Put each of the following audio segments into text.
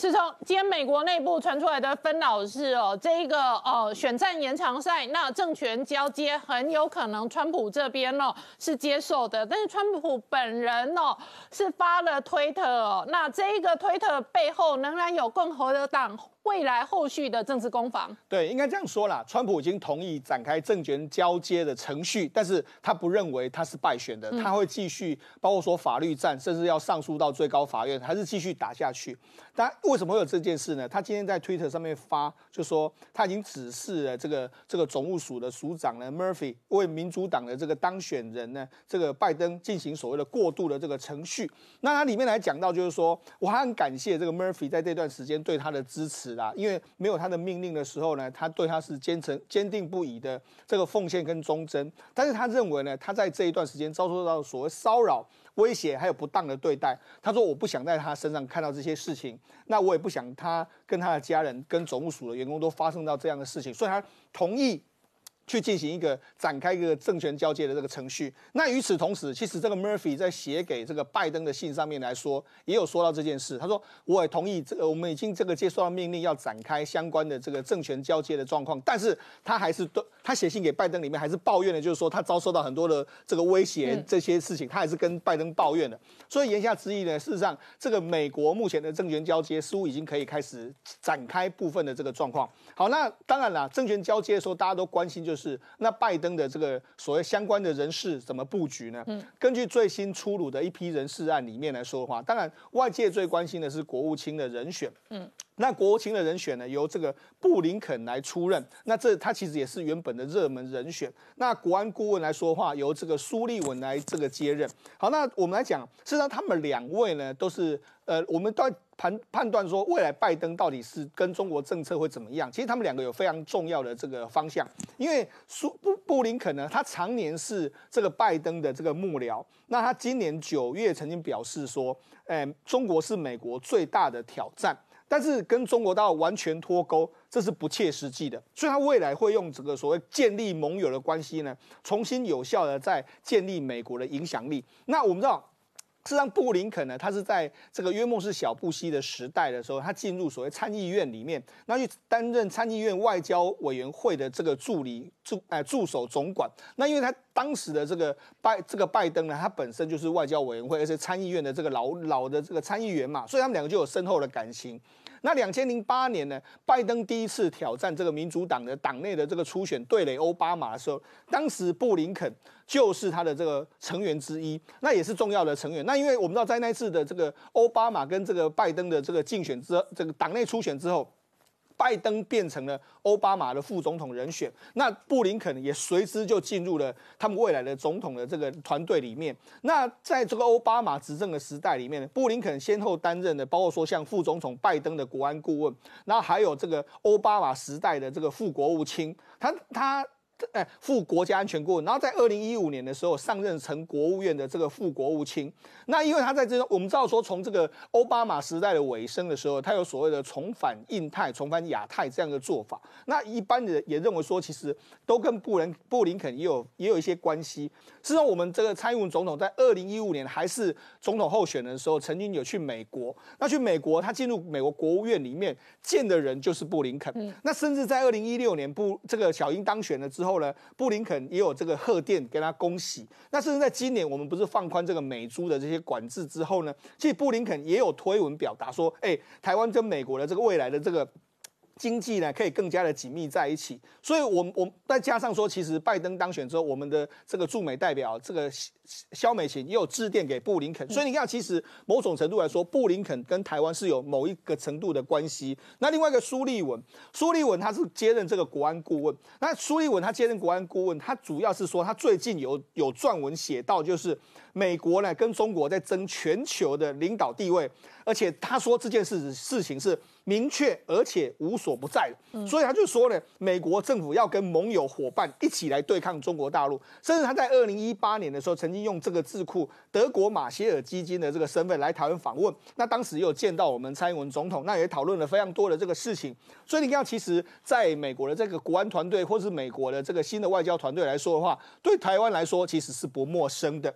是从今天美国内部传出来的分老是哦，这一个选战延长赛，那政权交接很有可能川普这边哦是接受的，但是川普本人哦是发了推特哦，那这一个推特背后仍然有共和党未来后续的政治攻防。 对，应该这样说啦，川普已经同意展开政权交接的程序，但是他不认为他是败选的，他会继续，包括说法律战，甚至要上诉到最高法院，还是继续打下去。但为什么会有这件事呢？他今天在 Twitter 上面发，就说他已经指示了这个总务署的署长呢 Murphy 为民主党的这个当选人呢，这个拜登进行所谓的过渡的这个程序。那他里面来讲到，就是说我还很感谢这个 Murphy 在这段时间对他的支持啦，因为没有他的命令的时候呢，他对他是坚定不移的这个奉献跟忠贞。但是他认为呢，他在这一段时间遭受到所谓骚扰、威胁还有不当的对待。他说我不想在他身上看到这些事情，那我也不想他跟他的家人、跟总务署的员工都发生到这样的事情，所以他同意去进行展开一个政权交接的这个程序。那与此同时，其实这个 Murphy 在写给这个拜登的信上面来说，也有说到这件事。他说，我也同意我们已经接受到命令要展开相关的这个政权交接的状况，但是他还是他写信给拜登里面还是抱怨的，就是说他遭受到很多的这个威胁这些事情，他还是跟拜登抱怨的。所以言下之意呢，事实上这个美国目前的政权交接似乎已经可以开始展开部分的这个状况。好，那当然啦，政权交接的时候大家都关心就是那拜登的这个所谓相关的人事怎么布局呢？根据最新出炉的一批人事案里面来说的话，当然外界最关心的是国务卿的人选。那国务卿的人选呢，由这个布林肯来出任。那他其实也是原本的热门人选。那国安顾问来说的话，由这个苏利文来这个接任。好，那我们来讲，事实上他们两位呢，都是我们都判断说未来拜登到底是跟中国政策会怎么样。其实他们两个有非常重要的这个方向，因为布林肯呢，他常年是这个拜登的这个幕僚。那他今年9月曾经表示说，中国是美国最大的挑战。但是跟中国大陆完全脱钩，这是不切实际的。所以他未来会用这个所谓建立盟友的关系呢，重新有效的在建立美国的影响力。那我们知道，事实上布林肯呢，他是在这个约莫是小布希的时代的时候，他进入所谓参议院里面，然后去担任参议院外交委员会的这个助手总管。那因为他当时的这个拜登呢，他本身就是外交委员会，而且参议院的这个老的这个参议员嘛，所以他们两个就有深厚的感情。那2008年呢，拜登第一次挑战这个民主党的党内的这个初选对垒奥巴马的时候，当时布林肯就是他的这个成员之一，那也是重要的成员。那因为我们知道，在那次的这个奥巴马跟这个拜登的这个竞选这个党内初选之后，拜登变成了奥巴马的副总统人选，那布林肯也随之就进入了他们未来的总统的这个团队里面。那在这个奥巴马执政的时代里面，布林肯先后担任的包括说像副总统拜登的国安顾问，然后还有这个奥巴马时代的这个副国务卿，他副国家安全顾问，然后在2015年的时候上任成国务院的这个副国务卿。那因为他在这种，我们知道说从这个奥巴马时代的尾声的时候，他有所谓的重返印太、重返亚太这样的做法。那一般人也认为说，其实都跟布林肯也有一些关系。事实上，我们这个蔡英文总统在2015年还是总统候选人的时候，曾经有去美国。那去美国，他进入美国国务院里面见的人就是布林肯。那甚至在2016年这个小英当选了之后呢，布林肯也有这个贺电跟他恭喜。那甚至在今年我们不是放宽这个美猪的这些管制之后呢，其实布林肯也有推文表达说，台湾跟美国的这个未来的这个经济呢，可以更加的紧密在一起。所以我再加上说，其实拜登当选之后，我们的这个驻美代表这个萧美琴也有致电给布林肯。所以你看，其实某种程度来说，布林肯跟台湾是有某一个程度的关系。那另外一个苏利文他是接任这个国安顾问。那苏利文他接任国安顾问，他主要是说他最近有撰文写到，就是美国呢跟中国在争全球的领导地位，而且他说这件事情是明确而且无所不在的。所以他就说呢，美国政府要跟盟友伙伴一起来对抗中国大陆。甚至他在2018年的时候，曾经用这个智库德国马歇尔基金的这个身份来台湾访问。那当时也有见到我们蔡英文总统，那也讨论了非常多的这个事情。所以你看，其实在美国的这个国安团队，或是美国的这个新的外交团队来说的话，对台湾来说其实是不陌生的。那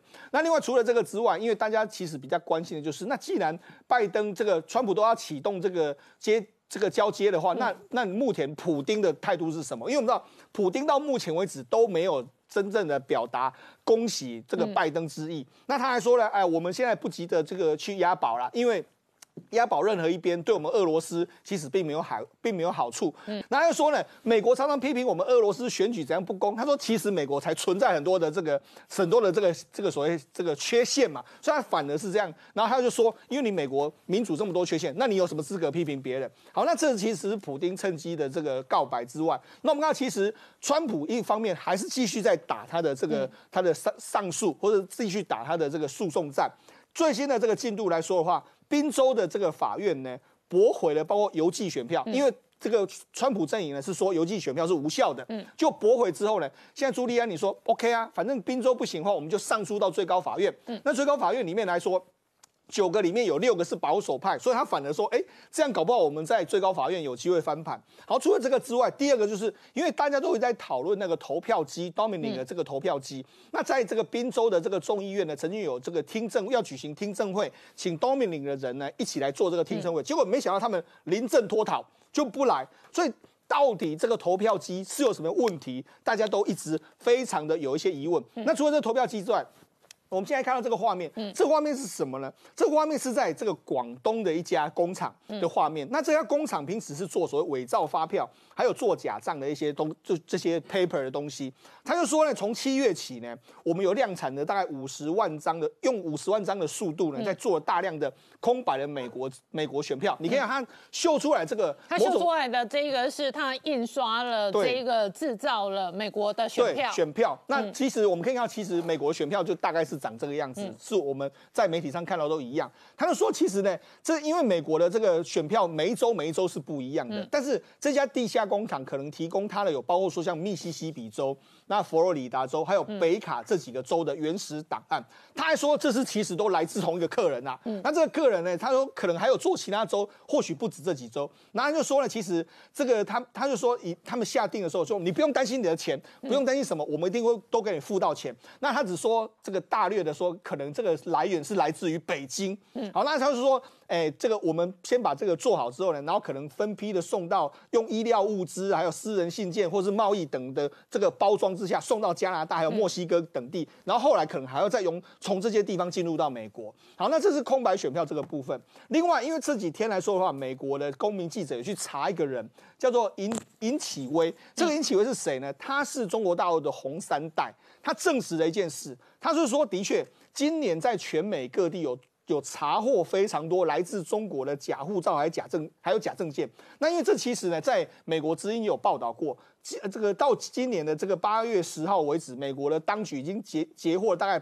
另外除了这个之外，因为大家其实比较关心的就是，那既然拜登这个川普都要启动这个交接的话，那目前普丁的态度是什么？因为我们知道普丁到目前为止都没有真正的表达恭喜这个拜登之意。那他还说了，哎，我们现在不急着这个去押宝啦，因为押宝任何一边对我们俄罗斯其实并没有好处。那他又说呢，美国常常批评我们俄罗斯选举怎样不公，他说其实美国才存在很多的这个所谓这个缺陷嘛，所以他反而是这样。然后他就说，因为你美国民主这么多缺陷，那你有什么资格批评别人？好，那这其实是普丁趁机的这个告白之外，那我们看到其实川普一方面还是继续在打他的他的上诉，或者继续打他的这个诉讼战。最新的这个进度来说的话，宾州的这个法院呢，驳回了包括邮寄选票，因为这个川普阵营呢是说邮寄选票是无效的，就驳回之后呢，现在朱利安你说 OK 啊，反正宾州不行的话，我们就上诉到最高法院。那最高法院里面来说，9个里面有6个是保守派，所以他反而说，哎，这样搞不好我们在最高法院有机会翻盘。好，除了这个之外，第二个就是因为大家都会在讨论那个投票机 Dominic 的这个投票机。那在这个宾州的这个众议院呢，曾经有这个要举行听证会，请 Dominic 的人呢一起来做这个听证会，结果没想到他们临阵脱逃就不来，所以到底这个投票机是有什么问题，大家都一直非常的有一些疑问。那除了这个投票机之外，我们现在看到这个画面，这个画面是什么呢？这个画面是在这个广东的一家工厂的画面。那这家工厂平时是做所谓伪造发票，还有做假账的一些就这些 paper 的东西。他就说呢，从7月起呢，我们有量产的大概50万张的，用50万张的速度呢，在做大量的空白的美国选票。你可以看他秀出来这个， 他秀出来的这个是他印刷了这个制造了美国的选票。 对，选票。那其实我们可以看到，其实美国选票就大概是长这个样子，是我们在媒体上看到都一样。他就说，其实呢，这因为美国的这个选票每一周是不一样的，但是这家地下工厂可能提供它的有包括说像密西西比州、那佛罗里达州还有北卡这几个州的原始档案。他还说，这是其实都来自同一个客人啊。那这个客人呢，他说可能还有做其他州，或许不止这几州。然后他就说了，其实这个他就说，他们下定的时候说，你不用担心你的钱，不用担心什么，我们一定会都给你付到钱。那他只说这个大略的说，可能这个来源是来自于北京。好，那他就说，这个我们先把这个做好之后呢，然后可能分批的送到用医疗物资，还有私人信件或是贸易等的这个包装之下，送到加拿大还有墨西哥等地，然后后来可能还要再从这些地方进入到美国。好，那这是空白选票这个部分。另外，因为这几天来说的话，美国的公民记者也去查一个人，叫做尹启薇。这个尹启薇是谁呢？他是中国大陆的红三代。他证实了一件事，他是说，的确，今年在全美各地有查获非常多来自中国的假护照，还有假证件。那因为这其实呢，在美国之音也有报道过，这个到今年的这个8月10号为止，美国的当局已经截获大概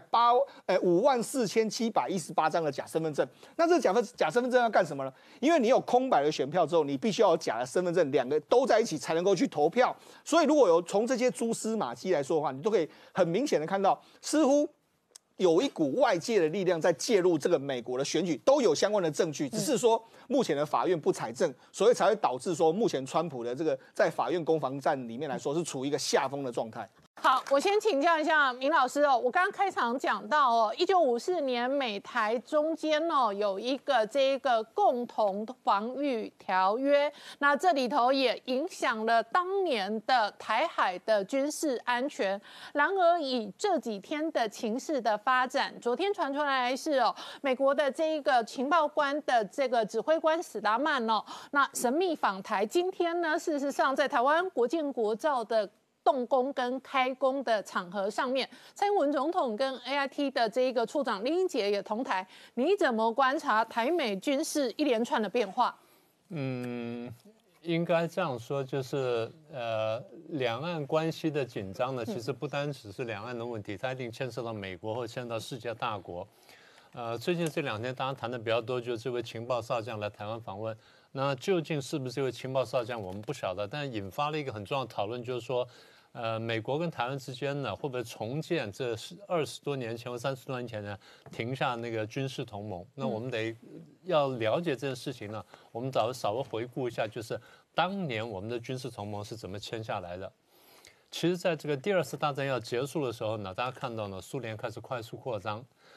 54718张的假身份证。那这假身份证要干什么呢？因为你有空白的选票之后，你必须要有假的身份证，两个都在一起才能够去投票。所以如果有从这些蛛丝马迹来说的话，你都可以很明显的看到，似乎有一股外界的力量在介入这个美国的选举，都有相关的证据，只是说目前的法院不采证，所以才会导致说目前川普的这个在法院攻防战里面来说是处于一个下风的状态。 好，我先请教一下明老师哦。我刚刚开场讲到哦，1954年美台中间哦有一个这个共同防御条约，那这里头也影响了当年的台海的军事安全。然而以这几天的情势的发展，昨天传出来是哦，美国的这个情报官的这个指挥官史达曼哦，那神秘访台。今天呢，事实上在台湾国建国造的动工跟开工的场合上面，蔡英文总统跟 AIT 的这一个处长林英杰也同台。你怎么观察台美军事一连串的变化？ 应该这样说，就是两岸关系的紧张呢，其实不单只是两岸的问题，它一定牵涉到美国或牵涉到世界大国。最近这2天大家谈的比较多，就是这位情报少将来台湾访问。那究竟是不是这位情报少将，我们不晓得，但引发了一个很重要的讨论，就是说，美国跟台湾之间呢，会不会重建这20多年前或30多年前呢停下那个军事同盟？那我们要了解这件事情呢，我们稍微回顾一下，就是当年我们的军事同盟是怎么签下来的。其实，在这个第2次大战要结束的时候呢，大家看到呢，苏联开始快速扩张。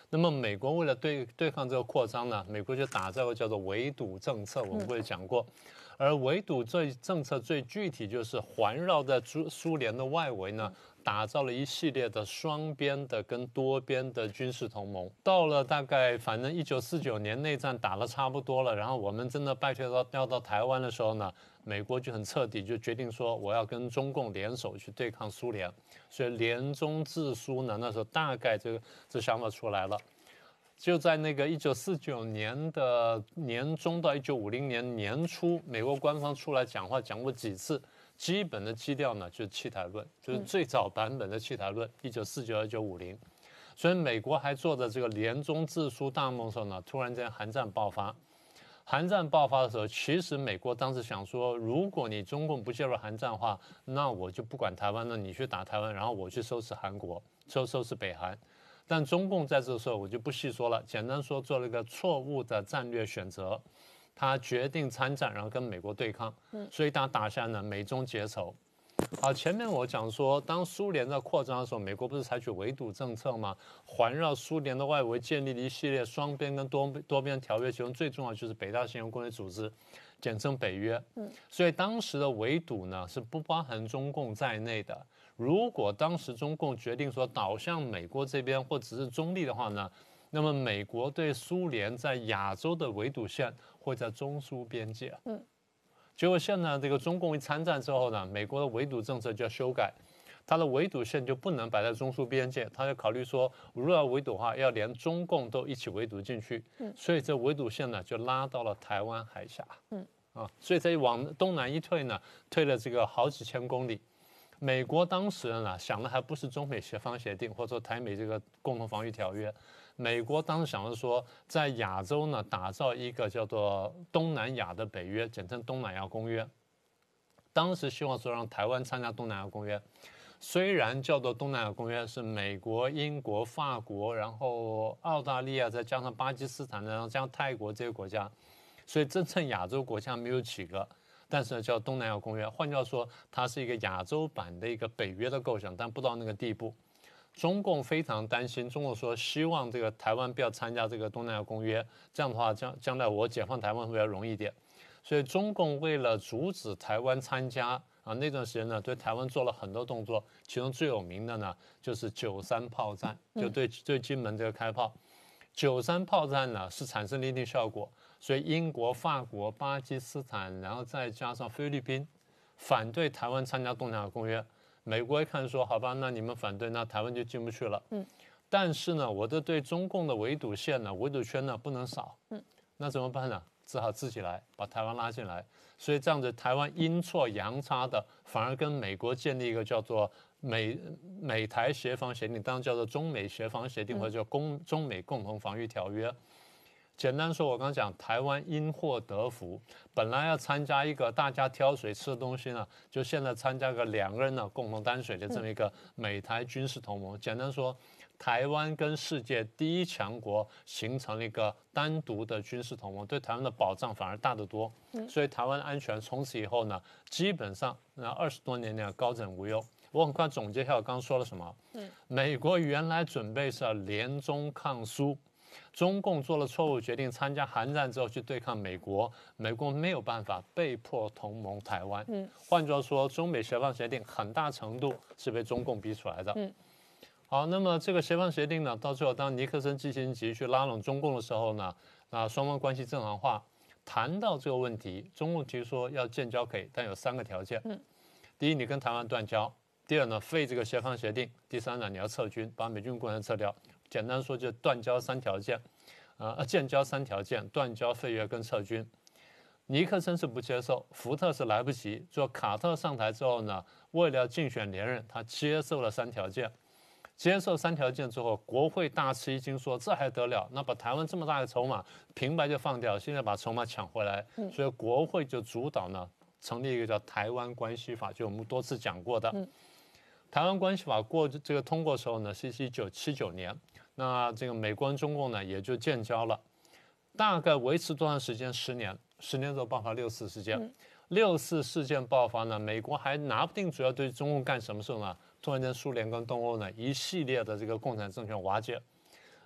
那么美国为了对抗这个扩张呢，美国就打造个叫做围堵政策，我们过去讲过。而围堵这政策最具体就是环绕在苏联的外围呢，打造了一系列的双边的跟多边的军事同盟。到了大概反正1949年内战打得差不多了，然后我们真的败退要到台湾的时候呢，美国就很彻底就决定说我要跟中共联手去对抗苏联，所以联中制苏呢，那时候大概这想法出来了。就在那个1949年的年中到1950年年初，美国官方出来讲话讲过几次，基本的基调呢就是弃台论，就是最早版本的弃台论，1949-1950。所以美国还做着这个联中制苏大梦的时候呢，突然间韩战爆发。韩战爆发的时候，其实美国当时想说，如果你中共不介入韩战的话，那我就不管台湾了，你去打台湾，然后我去收拾韩国，收拾北韩。但中共在这个时候我就不细说了，简单说做了一个错误的战略选择，他决定参战，然后跟美国对抗，所以打下呢，美中结仇。好，前面我讲说，当苏联在扩张的时候，美国不是采取围堵政策吗？环绕苏联的外围建立了一系列双边跟多边条约，其中最重要就是北大西洋公约组织，简称北约。所以当时的围堵呢是不包含中共在内的。如果当时中共决定说倒向美国这边或只是中立的话呢，那么美国对苏联在亚洲的围堵线会在中苏边界。结果现在这个中共一参战之后呢，美国的围堵政策就要修改，它的围堵线就不能摆在中苏边界，它就考虑说，如果要围堵的话，要连中共都一起围堵进去。所以这围堵线呢就拉到了台湾海峡。所以这往东南一退呢，退了这个好几千公里。美国当时呢想的还不是中美协防协定或者说台美这个共同防御条约，美国当时想的说在亚洲呢打造一个叫做东南亚的北约，简称东南亚公约。当时希望说让台湾参加东南亚公约，虽然叫做东南亚公约是美国、英国、法国，然后澳大利亚再加上巴基斯坦，然后加上泰国这些国家，所以真正亚洲国家没有几个。但是呢，叫东南亚公约，换句话说，它是一个亚洲版的一个北约的构想，但不到那个地步。中共非常担心，中共说希望这个台湾不要参加这个东南亚公约，这样的话，将来我解放台湾会比较容易一点。所以中共为了阻止台湾参加那段时间呢，对台湾做了很多动作，其中最有名的呢就是93炮战，就对金门这个开炮。93炮战呢是产生了一定效果。所以英国、法国、巴基斯坦，然后再加上菲律宾，反对台湾参加东南亚公约。美国一看说，好吧，那你们反对，那台湾就进不去了。但是呢，我这对中共的围堵线呢、围堵圈呢不能少。那怎么办呢？只好自己来，把台湾拉进来。所以这样子，台湾阴错阳差的，反而跟美国建立一个叫做美台协防协定，当然叫做中美协防协定，或者叫中美共同防御条约。简单说，我刚刚讲台湾因祸得福，本来要参加一个大家挑水吃的东西呢，就现在参加个2个人呢共同担水的这么一个美台军事同盟。简单说，台湾跟世界第一强国形成了一个单独的军事同盟，对台湾的保障反而大得多。所以台湾安全从此以后呢，基本上那20多年呢高枕无忧。我很快总结一下我刚刚说了什么。美国原来准备是要联中抗苏。中共做了错误决定，参加韩战之后去对抗美国，美国没有办法，被迫同盟台湾。换句话说，中美协防协定很大程度是被中共逼出来的。好，那么这个协防协定呢，到最后当尼克森基辛格去拉拢中共的时候呢，双方关系正常化。谈到这个问题，中共提出说要建交可以，但有3个条件。第一，你跟台湾断交；第二呢，废这个协防协定；第三呢，你要撤军，把美军官员撤掉。简单说，就断交3条件，建交3条件，断交、废约跟撤军。尼克森是不接受，福特是来不及。做卡特上台之后呢，为了竞选连任，他接受了3条件。接受3条件之后，国会大吃一惊，说这还得了？那把台湾这么大的筹码平白就放掉，现在把筹码抢回来，所以国会就主导呢，成立一个叫台湾关系法，就我们多次讲过的。台湾关系法通过的时候呢，是1979年。那这个美国跟中共呢也就建交了，大概维持多长时间？10年。10年之后爆发6·4事件。6·4事件爆发呢，美国还拿不定主要对中共干什么时候呢？突然间，苏联跟东欧呢一系列的这个共产政权瓦解，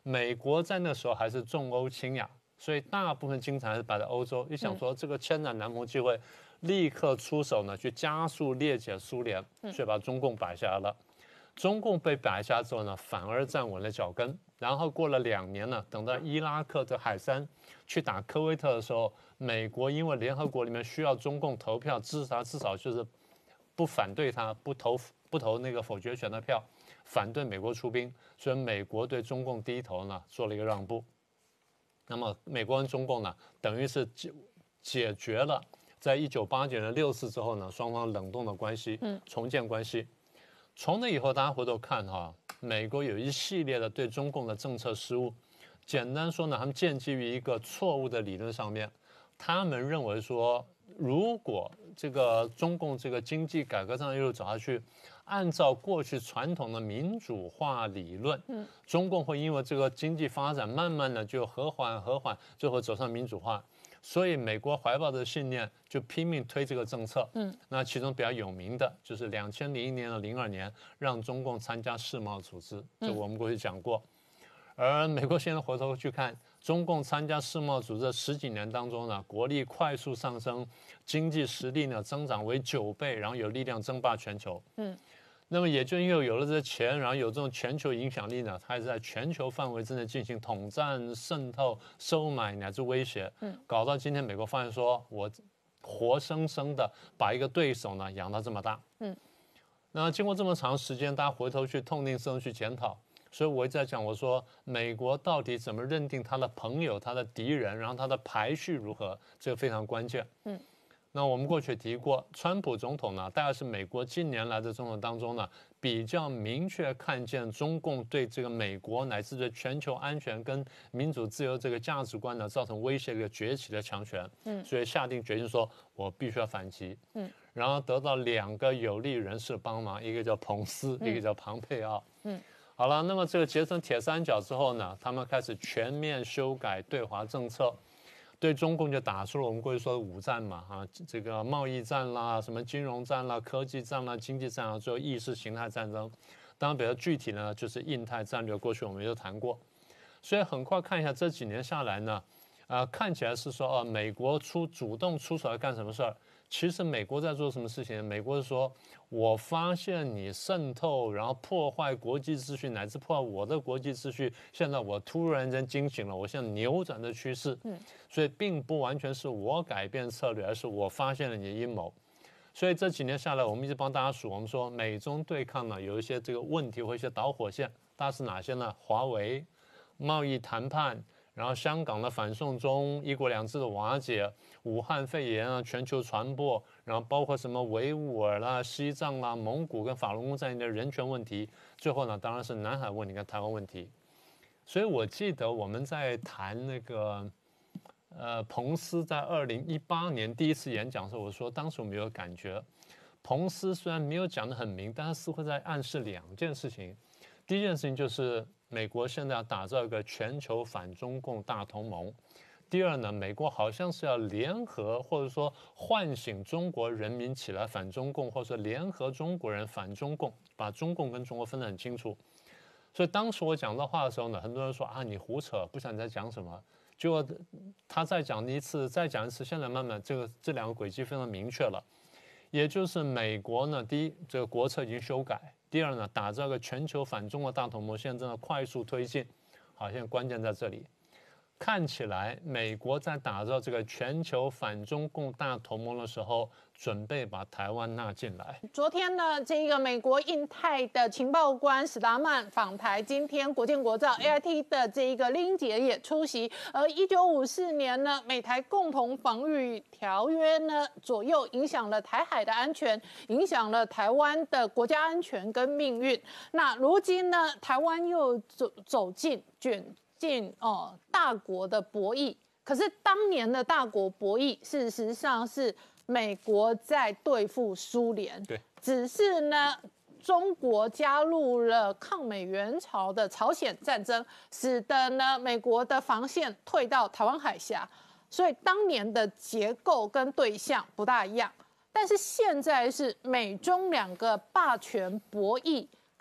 美国在那时候还是重欧轻亚，所以大部分经常还是摆在欧洲。一想说这个千载难逢机会，立刻出手呢，去加速裂解苏联，所以把中共摆下来了。中共被摆下之后呢，反而站稳了脚跟。然后过了2年呢，等到伊拉克的海珊去打科威特的时候，美国因为联合国里面需要中共投票支持他，至少就是不反对他，不投那个否决权的票，反对美国出兵，所以美国对中共低头呢做了一个让步。那么美国跟中共呢，等于是解决了在1989年6次之后呢，双方冷冻的关系，重建关系。从那以后，大家回头看哈，美国有一系列的对中共的政策失误。简单说呢，他们建基于一个错误的理论上面，他们认为说，如果这个中共这个经济改革上一路走下去，按照过去传统的民主化理论，中共会因为这个经济发展慢慢的就和缓，最后走上民主化。所以美国怀抱的信念就拼命推这个政策，那其中比较有名的就是2001年和02年让中共参加世贸组织，这我们过去讲过。而美国现在回头去看，中共参加世贸组织的10几年当中呢，国力快速上升，经济实力呢增长为9倍，然后有力量争霸全球。那么也就因为有了这钱，然后有这种全球影响力呢，它也是在全球范围之内进行统战、渗透、收买乃至威胁，搞到今天美国发现说，我活生生的把一个对手呢养到这么大。那经过这么长时间，大家回头去痛定思痛去检讨，所以我一直在讲，我说美国到底怎么认定他的朋友、他的敌人，然后他的排序如何，这个非常关键。那我们过去提过，川普总统呢，大概是美国近年来的总统当中呢，比较明确看见中共对这个美国乃至对全球安全跟民主自由这个价值观呢造成威胁的一个崛起的强权。所以下定决心说，我必须要反击。然后得到2个有力人士帮忙，一个叫彭斯，一个叫庞佩奥。好了，那么这个结成铁三角之后呢，他们开始全面修改对华政策。对中共就打出了我们过去说的5战嘛，这个贸易战啦，什么金融战啦、科技战啦、经济战啦，最后意识形态战争。当然比较具体呢，就是印太战略，过去我们就谈过。所以很快看一下这几年下来呢，看起来是说美国主动出手来干什么事儿？其实美国在做什么事情？美国是说，我发现你渗透，然后破坏国际秩序，乃至破坏我的国际秩序。现在我突然间惊醒了，我现在扭转的趋势。所以并不完全是我改变策略，而是我发现了你的阴谋。所以这几年下来，我们一直帮大家数，我们说美中对抗呢有一些这个问题或一些导火线，大概是哪些呢？华为、贸易谈判。然后香港的反送中、1国2制的瓦解、武汉肺炎啊全球传播，然后包括什么维吾尔啦、西藏啦、蒙古跟法轮功在内的人权问题，最后呢当然是南海问题跟台湾问题。所以我记得我们在谈那个彭斯在2018年第一次演讲的时候，我说当时我们有感觉，彭斯虽然没有讲得很明，但他似乎在暗示2件事情。第一件事情就是美国现在要打造一个全球反中共大同盟。第二呢，美国好像是要联合或者说唤醒中国人民起来反中共，或者说联合中国人反中共，把中共跟中国分得很清楚。所以当时我讲这话的时候呢，很多人说你胡扯，不晓得你在讲什么。结果他再讲一次，再讲一次，现在慢慢这2个轨迹非常明确了。也就是美国呢，第一，这个国策已经修改；第二呢，打造一个全球反中国大同盟，现在正在快速推进。好，现在关键在这里。看起来美国在打造这个全球反中共大同盟的时候，准备把台湾纳进来。 昨天呢，这个美国印太的情报官史达曼访台，今天国建国造 AIT 的这一个林杰也出席。而1954年呢，美台共同防御条约呢，左右影响了台海的安全，影响了台湾的国家安全跟命运。那如今呢，台湾又走进大国的博弈，可是当年的大国博弈，事实上是美国在对付苏联， 对， 只是呢，中国加入了抗美援朝的朝鲜战争，使得呢美国的防线退到台湾海峡，所以当年的结构跟对象不大一样。但是现在是美中2个霸权博弈。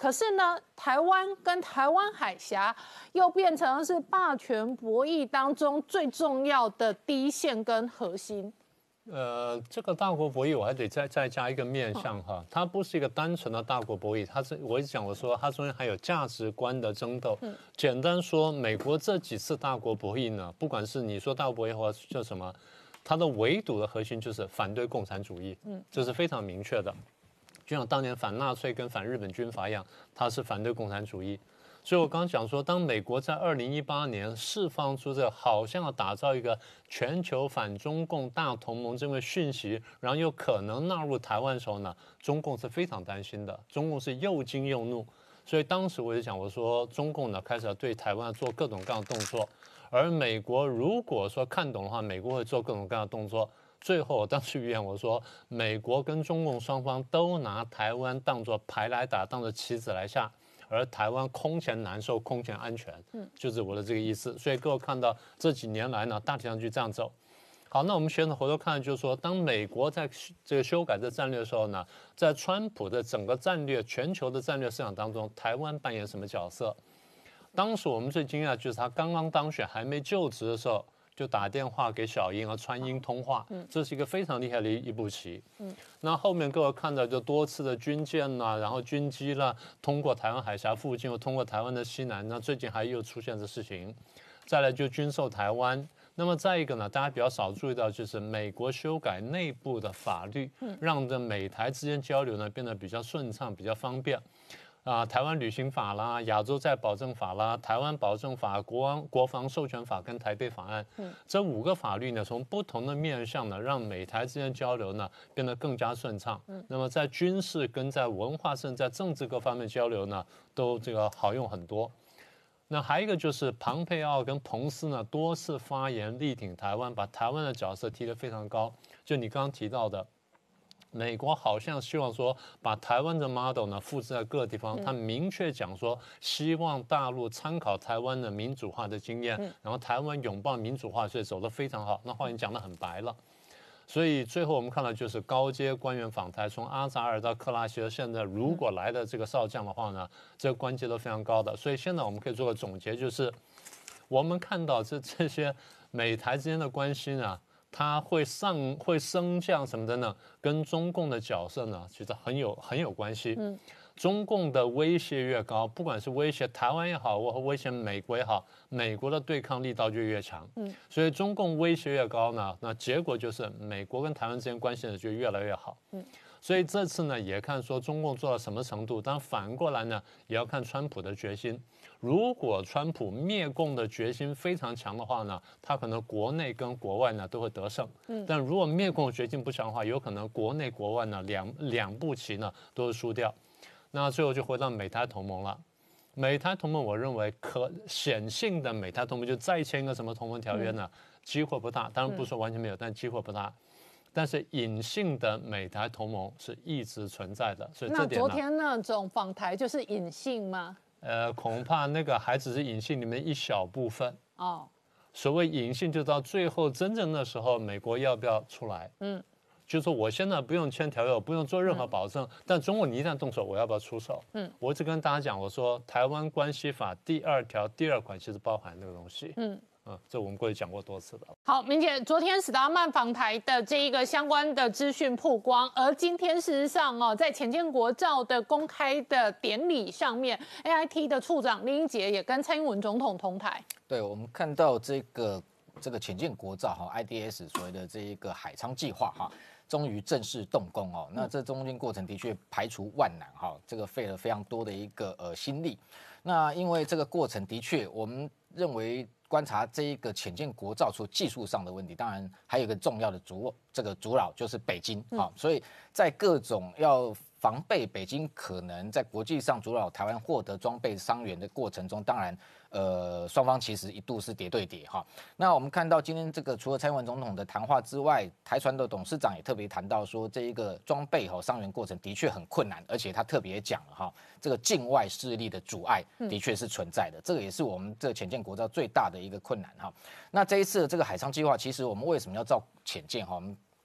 可是呢，台湾跟台湾海峡又变成是霸权博弈当中最重要的第一线跟核心。 这个大国博弈我还得再加一个面向哈，它不是一个单纯的大国博弈，我一直讲我说它中间还有价值观的争斗。简单说，美国这几次大国博弈呢，不管是你说大国博弈或叫什么，它的围堵的核心就是反对共产主义，这是非常明确的。就像当年反纳粹跟反日本军阀一样，它是反对共产主义。所以我刚刚讲说，当美国在2018年释放出这好像要打造一个全球反中共大同盟这个讯息，然后又可能纳入台湾的时候呢，中共是非常担心的，中共是又惊又怒。所以当时我就讲，我说中共呢开始要对台湾做各种各样的动作，而美国如果说看懂的话，美国会做各种各样的动作。最后我当时预言我说，美国跟中共双方都拿台湾当作牌来打，当作棋子来下。而台湾空前难受，空前安全，就是我的这个意思。所以各位看到这几年来呢，大体上就这样走。好，那我们现在回头看，就是说，当美国在这个修改这战略的时候呢，在川普的整个战略、全球的战略市场当中，台湾扮演什么角色？当时我们最惊讶就是他刚刚当选还没就职的时候，就打电话给小英和川英通话，这是一个非常厉害的一步棋。那后面各位看到就多次的军舰啦，然后军机啦，通过台湾海峡附近，又通过台湾的西南，那最近还又出现这事情。再来就军售台湾。那么再一个呢，大家比较少注意到，就是美国修改内部的法律，让这美台之间交流呢变得比较顺畅，比较方便。台湾旅行法啦、亚洲再保证法啦、台湾保证法、国防授权法跟台北法案，这5个法律呢，从不同的面向呢，让美台之间交流呢变得更加顺畅。那么在军事跟在文化甚至在政治各方面交流呢，都这个好用很多。那还有一个就是庞佩奥跟彭斯呢多次发言力挺台湾，把台湾的角色提得非常高。就你刚刚提到的。美国好像希望说把台湾的 model 呢复制在各个地方，他明确讲说希望大陆参考台湾的民主化的经验，然后台湾拥抱民主化，所以走得非常好。那话已经讲得很白了，所以最后我们看到就是高阶官员访台，从阿扎尔到克拉希尔，现在如果来的这个少将的话呢，这个关节都非常高的。所以现在我们可以做个总结，就是我们看到这些美台之间的关系呢。它会升降什么的呢？跟中共的角色呢，其实很有关系。中共的威胁越高，不管是威胁台湾也好，或威胁美国也好，美国的对抗力道就越强。所以中共威胁越高呢，那结果就是美国跟台湾之间关系呢就越来越好。所以这次呢，也看说中共做到什么程度，当然反过来呢，也要看川普的决心。如果川普灭共的决心非常强的话呢，他可能国内跟国外呢都会得胜。但如果灭共的决心不强的话，有可能国内国外呢两步棋呢都会输掉。那最后就回到美台同盟了。美台同盟，我认为可显性的美台同盟就再签一个什么同盟条约呢？机会不大，当然不是说完全没有，但机会不大。但是隐性的美台同盟是一直存在的，所以这点呢， 那昨天那种访台就是隐性吗？ 恐怕那个还只是隐性里面一小部分。所谓隐性，就到最后真正的时候，美国要不要出来？就是说我现在不用签条约，我不用做任何保证，但中国你一旦动手，我要不要出手？我一直跟大家讲，我说《台湾关系法》第2条第2款其实包含那个东西。这我们过去讲过多次的。 好，明姐，昨天史达曼访台的这一个相关的资讯曝光，而今天事实上在潜舰国造的公开的典礼上面 ，AIT 的处长林英杰也跟蔡英文总统同台。 对，我们看到这个潜舰国造IDS 所谓的这一个海昌计划终于正式动工那这中间过程的确排除万难这个费了非常多的一个心力。那因为这个过程的确，我们认为观察这一个潜舰国造除技术上的问题，当然还有一个重要的阻扰就是北京所以在各种要防备北京可能在国际上阻扰台湾获得装备伤员的过程中，当然双方其实一度是叠对叠那我们看到今天这个除了蔡英文总统的谈话之外，台船的董事长也特别谈到说，这一个装备伤员过程的确很困难，而且他特别讲了这个境外势力的阻碍的确是存在的，这个也是我们这个潜舰国造最大的一个困难那这一次的这个海昌计划，其实我们为什么要造潜舰我们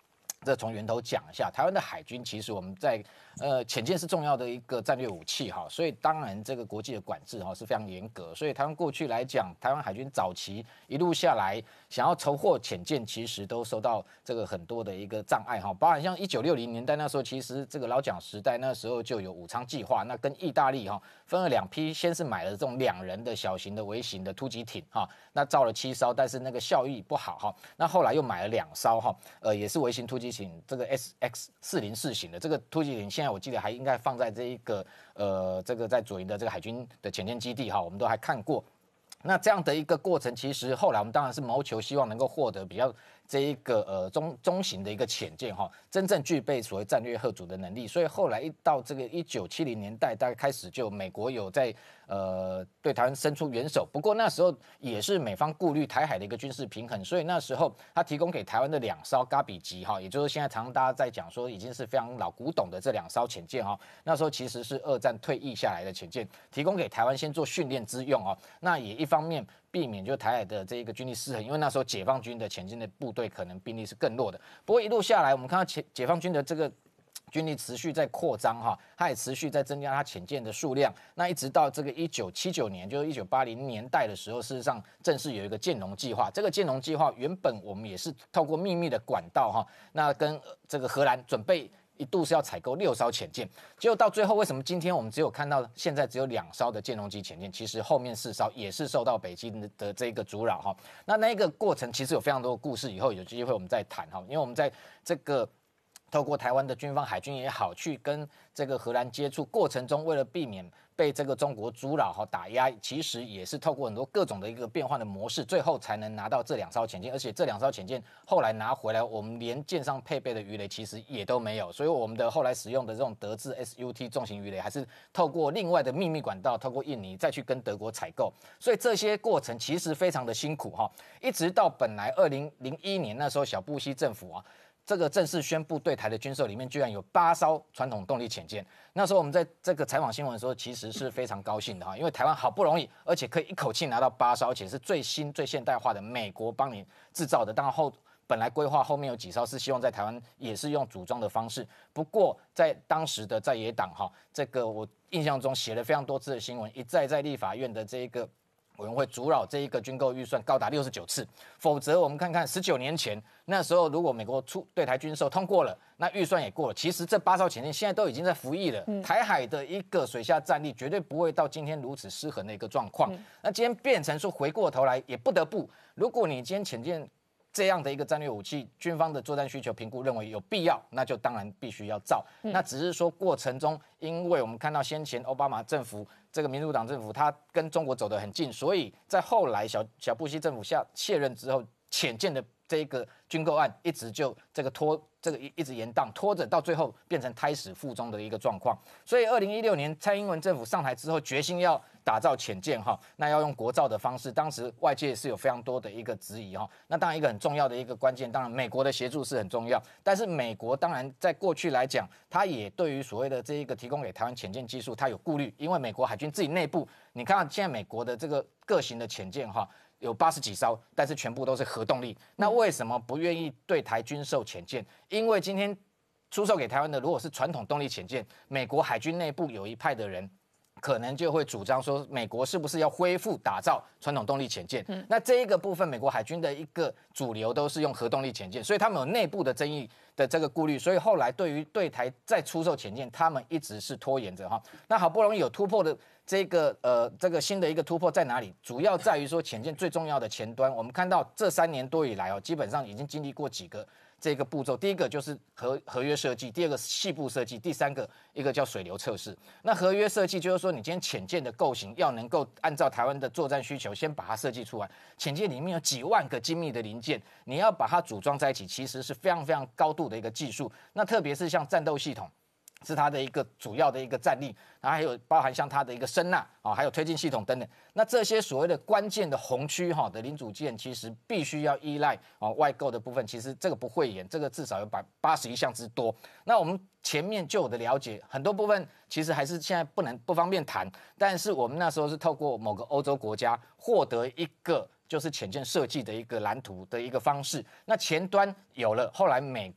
这从源头讲一下，台湾的海军其实我们在潜舰是重要的一个战略武器哈，所以当然这个国际的管制哈是非常严格，所以台湾过去来讲，台湾海军早期一路下来想要筹获潜舰，其实都受到这个很多的一个障碍哈，包含像1960年代那时候，其实这个老蒋时代那时候就有武昌计划，那跟意大利哈分了2批，先是买了这种2人的小型的微型的突击艇哈，那造了7艘，但是那个效益不好哈，那后来又买了2艘哈，也是微型突击艇，这个 SX404型的这个突击艇，现在我记得还应该放在这一个这个在左营的这个海军的潜舰基地哈，我们都还看过。那这样的一个过程，其实后来我们当然是谋求希望能够获得比较这一个中型的一个潜舰哈，真正具备所谓战略核主的能力。所以后来一到这个1970年代，大概开始就美国有在对台湾伸出援手。不过那时候也是美方顾虑台海的一个军事平衡，所以那时候他提供给台湾的2艘嘎比级哈，也就是现在常常大家在讲说已经是非常老古董的这2艘潜舰哈，那时候其实是2战退役下来的潜舰，提供给台湾先做训练之用哦。那也一方面避免就台海的这一个军力失衡，因为那时候解放军的前进的部队可能兵力是更弱的。不过一路下来，我们看到解放军的这个军力持续在扩张哈，它也持续在增加它潜舰的数量。那一直到这个1979年，就是1980年代的时候，事实上正式有一个建农计划。这个建农计划原本我们也是透过秘密的管道哈，那跟这个荷兰准备。一度是要采购6艘潜舰，结果到最后，为什么今天我们只有看到现在只有2艘的建农级潜舰？其实后面4艘也是受到北京的这个阻扰哈。那一个过程其实有非常多的故事，以后有机会我们再谈哈。因为我们在这个透过台湾的军方海军也好，去跟这个荷兰接触过程中，为了避免被这个中国阻扰和打压，其实也是透过很多各种的一个变换的模式，最后才能拿到这2艘潜舰。而且这2艘潜舰后来拿回来，我们连舰上配备的鱼雷其实也都没有，所以我们的后来使用的这种德制 SUT 重型鱼雷，还是透过另外的秘密管道，透过印尼再去跟德国采购。所以这些过程其实非常的辛苦哈，一直到本来2001年那时候小布希政府啊。这个正式宣布对台的军售里面，居然有8艘传统动力潜舰。那时候我们在这个采访新闻的时候，其实是非常高兴的哈，因为台湾好不容易，而且可以一口气拿到8艘，而且是最新最现代化的美国帮你制造的。当然本来规划后面有几艘是希望在台湾也是用组装的方式，不过在当时的在野党哈，这个我印象中写了非常多次的新闻，一再在立法院的这一个。委员会阻扰这一个军购预算高达69次，否则我们看看19年前那时候，如果美国对台军售通过了，那预算也过了，其实这8艘潜舰现在都已经在服役了。台海的一个水下战力绝对不会到今天如此失衡的一个状况。那今天变成说回过头来也不得不，如果你今天潜舰这样的一个战略武器，军方的作战需求评估认为有必要，那就当然必须要造。那只是说过程中，因为我们看到先前奥巴马政府这个民主党政府，他跟中国走得很近，所以在后来小布希政府卸任之后，潜舰的这个军购案一直就一直延宕，拖着到最后变成胎死腹中的一个状况。所以2016年蔡英文政府上台之后，决心要打造潜舰哈，那要用国造的方式，当时外界是有非常多的一个质疑哈。那当然一个很重要的一个关键，当然美国的协助是很重要，但是美国当然在过去来讲，它也对于所谓的这一个提供给台湾潜舰技术，它有顾虑，因为美国海军自己内部，你看现在美国的这个各型的潜舰哈。有80几艘，但是全部都是核动力。那为什么不愿意对台军售潜舰？因为今天出售给台湾的，如果是传统动力潜舰，美国海军内部有一派的人。可能就会主张说，美国是不是要恢复打造传统动力潜舰？那这一个部分，美国海军的一个主流都是用核动力潜舰，所以他们有内部的争议的这个顾虑，所以后来对于对台再出售潜舰，他们一直是拖延着哈。那好不容易有突破的这个新的一个突破在哪里？主要在于说潜舰最重要的前端，我们看到这3年多以来哦，基本上已经经历过几个。这个步骤，第一个就是合约设计，第二个是细部设计，第3个一个叫水流测试。那合约设计就是说，你今天潜舰的构型要能够按照台湾的作战需求，先把它设计出来。潜舰里面有几万个精密的零件，你要把它组装在一起，其实是非常非常高度的一个技术。那特别是像战斗系统。是它的一个主要的一个战力，然后还有包含像它的一个声纳啊，还有推进系统等等。那这些所谓的关键的红区哈的零组件，其实必须要依赖外购的部分。其实这个不会演，这个至少有81项之多。那我们前面就有的了解，很多部分其实还是现在不方便谈。但是我们那时候是透过某个欧洲国家获得一个。就是潜舰设计的一个蓝图的一个方式，那前端有了，后来美国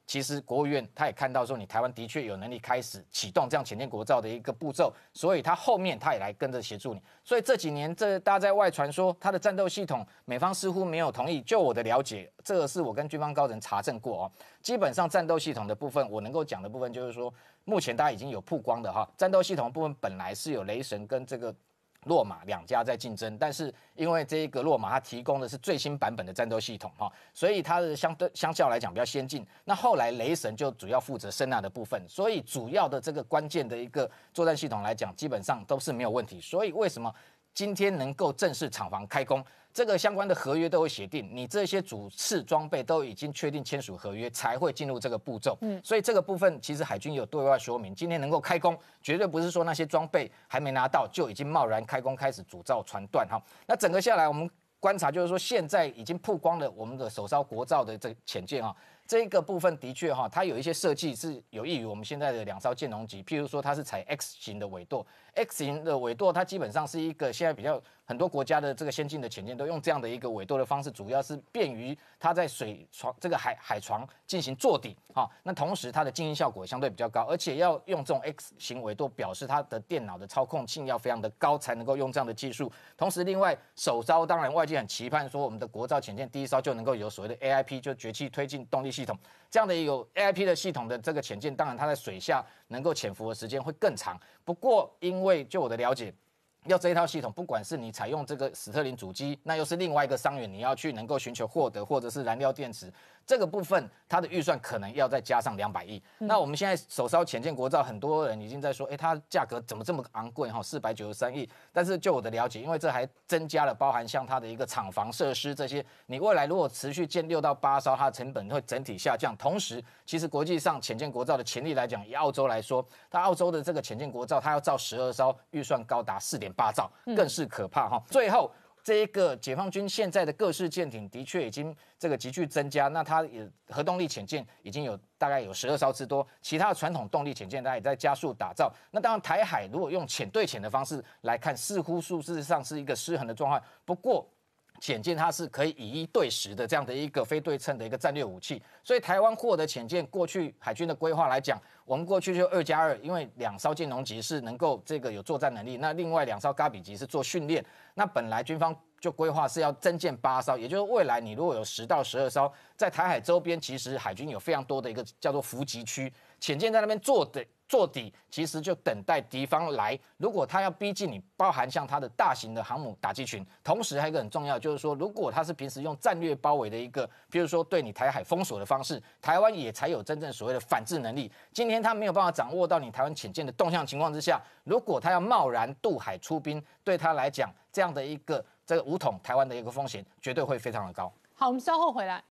其实国务院他也看到说，你台湾的确有能力开始启动这样潜舰国造的一个步骤，所以他后面他也来跟着协助你。所以这几年大家在外传说他的战斗系统，美方似乎没有同意。就我的了解，这个是我跟军方高层查证过哦。基本上战斗系统的部分，我能够讲的部分就是说，目前大家已经有曝光的哈，战斗系统的部分本来是有雷神跟这个洛马两家在竞争，但是因为这个洛马它提供的是最新版本的战斗系统哈，所以它的相较来讲比较先进。那后来雷神就主要负责声纳的部分，所以主要的这个关键的一个作战系统来讲，基本上都是没有问题。所以为什么今天能够正式厂房开工？这个相关的合约都会写定，你这些主次装备都已经确定签署合约，才会进入这个步骤。所以这个部分其实海军有对外说明，今天能够开工，绝对不是说那些装备还没拿到就已经贸然开工开始主造船段哈。那整个下来，我们观察就是说，现在已经曝光了我们的首艘国造的这潜舰哈。这个部分的确哈，它有一些设计是有益于我们现在的2艘舰龙级，譬如说它是采 X 型的尾舵 ，X 型的尾舵它基本上是一个现在比较很多国家的这个先进的潜舰都用这样的一个尾舵的方式，主要是便于它在水床这个海床进行坐底啊。那同时它的静音效果相对比较高，而且要用这种 X 型尾舵，表示它的电脑的操控性要非常的高，才能够用这样的技术。同时，另外首艘当然外界很期盼说我们的国造潜舰第一艘就能够有所谓的 AIP， 就绝气推进动力系统。这样的有 AIP 的系统的这个潜舰，当然它在水下能够潜伏的时间会更长。不过，因为就我的了解，要这一套系统，不管是你采用这个史特林主机，那又是另外一个商源，你要去能够寻求获得，或者是燃料电池这个部分，它的预算可能要再加上200亿。那我们现在首艘潜舰国造，很多人已经在说，它价格怎么这么昂贵哈，493亿。但是就我的了解，因为这还增加了包含像它的一个厂房设施这些，你未来如果持续建6到8艘，它的成本会整体下降。同时，其实国际上潜舰国造的潜力来讲，以澳洲来说，它澳洲的这个潜舰国造，它要造12艘，预算高达4.8兆，更是可怕哈。最后。这一个解放军现在的各式舰艇的确已经这个急剧增加，那它也核动力潜舰已经有大概有12艘之多，其他的传统动力潜舰它也在加速打造。那当然台海如果用潜对潜的方式来看，似乎数字上是一个失衡的状况。不过潜舰它是可以以1对10的这样的一个非对称的一个战略武器，所以台湾获得潜舰，过去海军的规划来讲，我们过去就2+2，因为2艘舰龙级是能够这个有作战能力，那另外2艘嘎比级是做训练。那本来军方就规划是要增建8艘，也就是未来你如果有10到12艘，在台海周边，其实海军有非常多的一个叫做伏击区，潜舰在那边坐底，其实就等待敌方来。如果他要逼近你，包含像他的大型的航母打击群，同时还有一个很重要，就是说，如果他是平时用战略包围的一个，比如说对你台海封锁的方式，台湾也才有真正所谓的反制能力。今天他没有办法掌握到你台湾潜舰的动向情况之下，如果他要贸然渡海出兵，对他来讲，这样的一个这个武统台湾的一个风险，绝对会非常的高。 好，我们稍后回来。